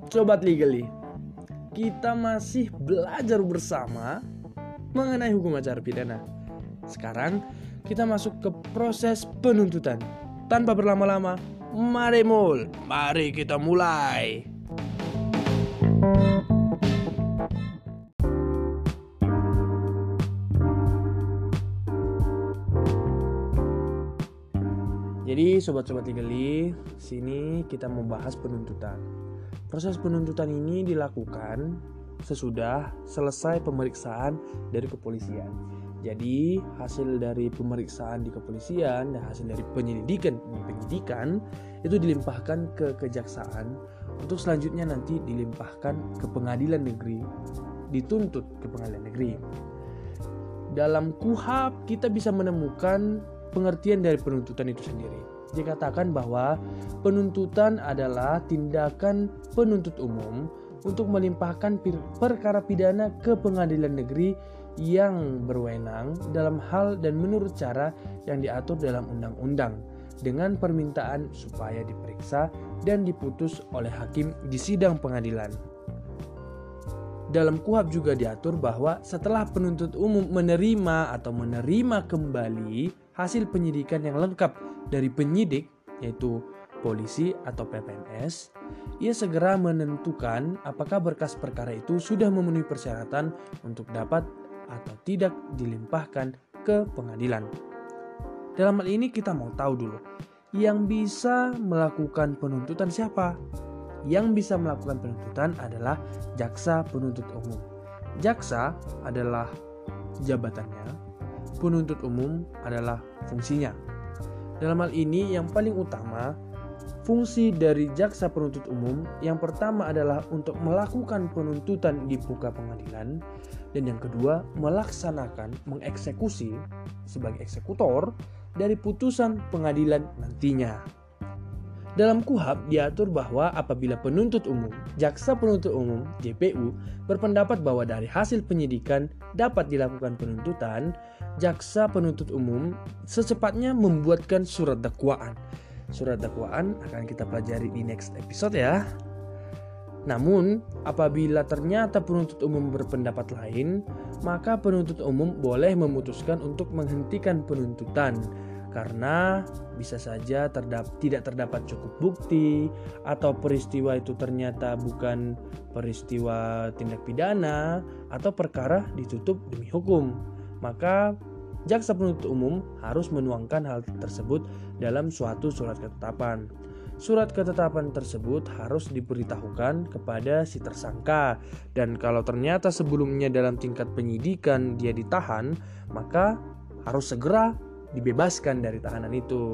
Sobat Legally, kita masih belajar bersama mengenai hukum acara pidana. Sekarang kita masuk ke proses penuntutan. Tanpa berlama-lama, mari kita mulai. Jadi sobat-sobat Legally, sini kita membahas penuntutan. Proses penuntutan ini dilakukan sesudah selesai pemeriksaan dari kepolisian. Jadi hasil dari pemeriksaan di kepolisian dan hasil dari penyidikan itu dilimpahkan ke kejaksaan untuk selanjutnya nanti dilimpahkan ke pengadilan negeri, dituntut ke pengadilan negeri. Dalam KUHP kita bisa menemukan pengertian dari penuntutan itu sendiri. Dikatakan bahwa penuntutan adalah tindakan penuntut umum untuk melimpahkan perkara pidana ke pengadilan negeri yang berwenang dalam hal dan menurut cara yang diatur dalam undang-undang dengan permintaan supaya diperiksa dan diputus oleh hakim di sidang pengadilan. Dalam KUHP juga diatur bahwa setelah penuntut umum menerima kembali hasil penyidikan yang lengkap dari penyidik, yaitu polisi atau PPNS, ia segera menentukan apakah berkas perkara itu sudah memenuhi persyaratan untuk dapat atau tidak dilimpahkan ke pengadilan. Dalam hal ini kita mau tahu dulu, yang bisa melakukan penuntutan siapa? Yang bisa melakukan penuntutan adalah jaksa penuntut umum. Jaksa adalah jabatannya, penuntut umum adalah fungsinya. Dalam hal ini yang paling utama, fungsi dari jaksa penuntut umum yang pertama adalah untuk melakukan penuntutan di muka pengadilan, dan yang kedua melaksanakan, mengeksekusi sebagai eksekutor dari putusan pengadilan nantinya. Dalam KUHP diatur bahwa apabila penuntut umum, jaksa penuntut umum JPU berpendapat bahwa dari hasil penyidikan dapat dilakukan penuntutan, jaksa penuntut umum secepatnya membuatkan surat dakwaan. Surat dakwaan akan kita pelajari di next episode ya. Namun, apabila ternyata penuntut umum berpendapat lain, maka penuntut umum boleh memutuskan untuk menghentikan penuntutan karena bisa saja tidak terdapat cukup bukti, atau peristiwa itu ternyata bukan peristiwa tindak pidana, atau perkara ditutup demi hukum. Maka jaksa penuntut umum harus menuangkan hal tersebut dalam suatu surat ketetapan. Surat ketetapan tersebut harus diberitahukan kepada si tersangka, dan kalau ternyata sebelumnya dalam tingkat penyidikan dia ditahan, maka harus segera dibebaskan dari tahanan itu.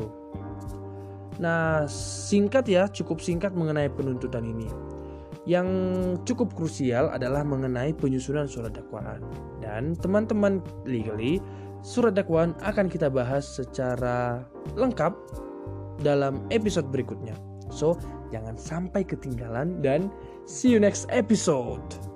Nah, cukup singkat mengenai penuntutan ini. Yang cukup krusial adalah mengenai penyusunan surat dakwaan. Dan teman-teman Legally, surat dakwaan akan kita bahas secara lengkap dalam episode berikutnya. So, jangan sampai ketinggalan dan see you next episode.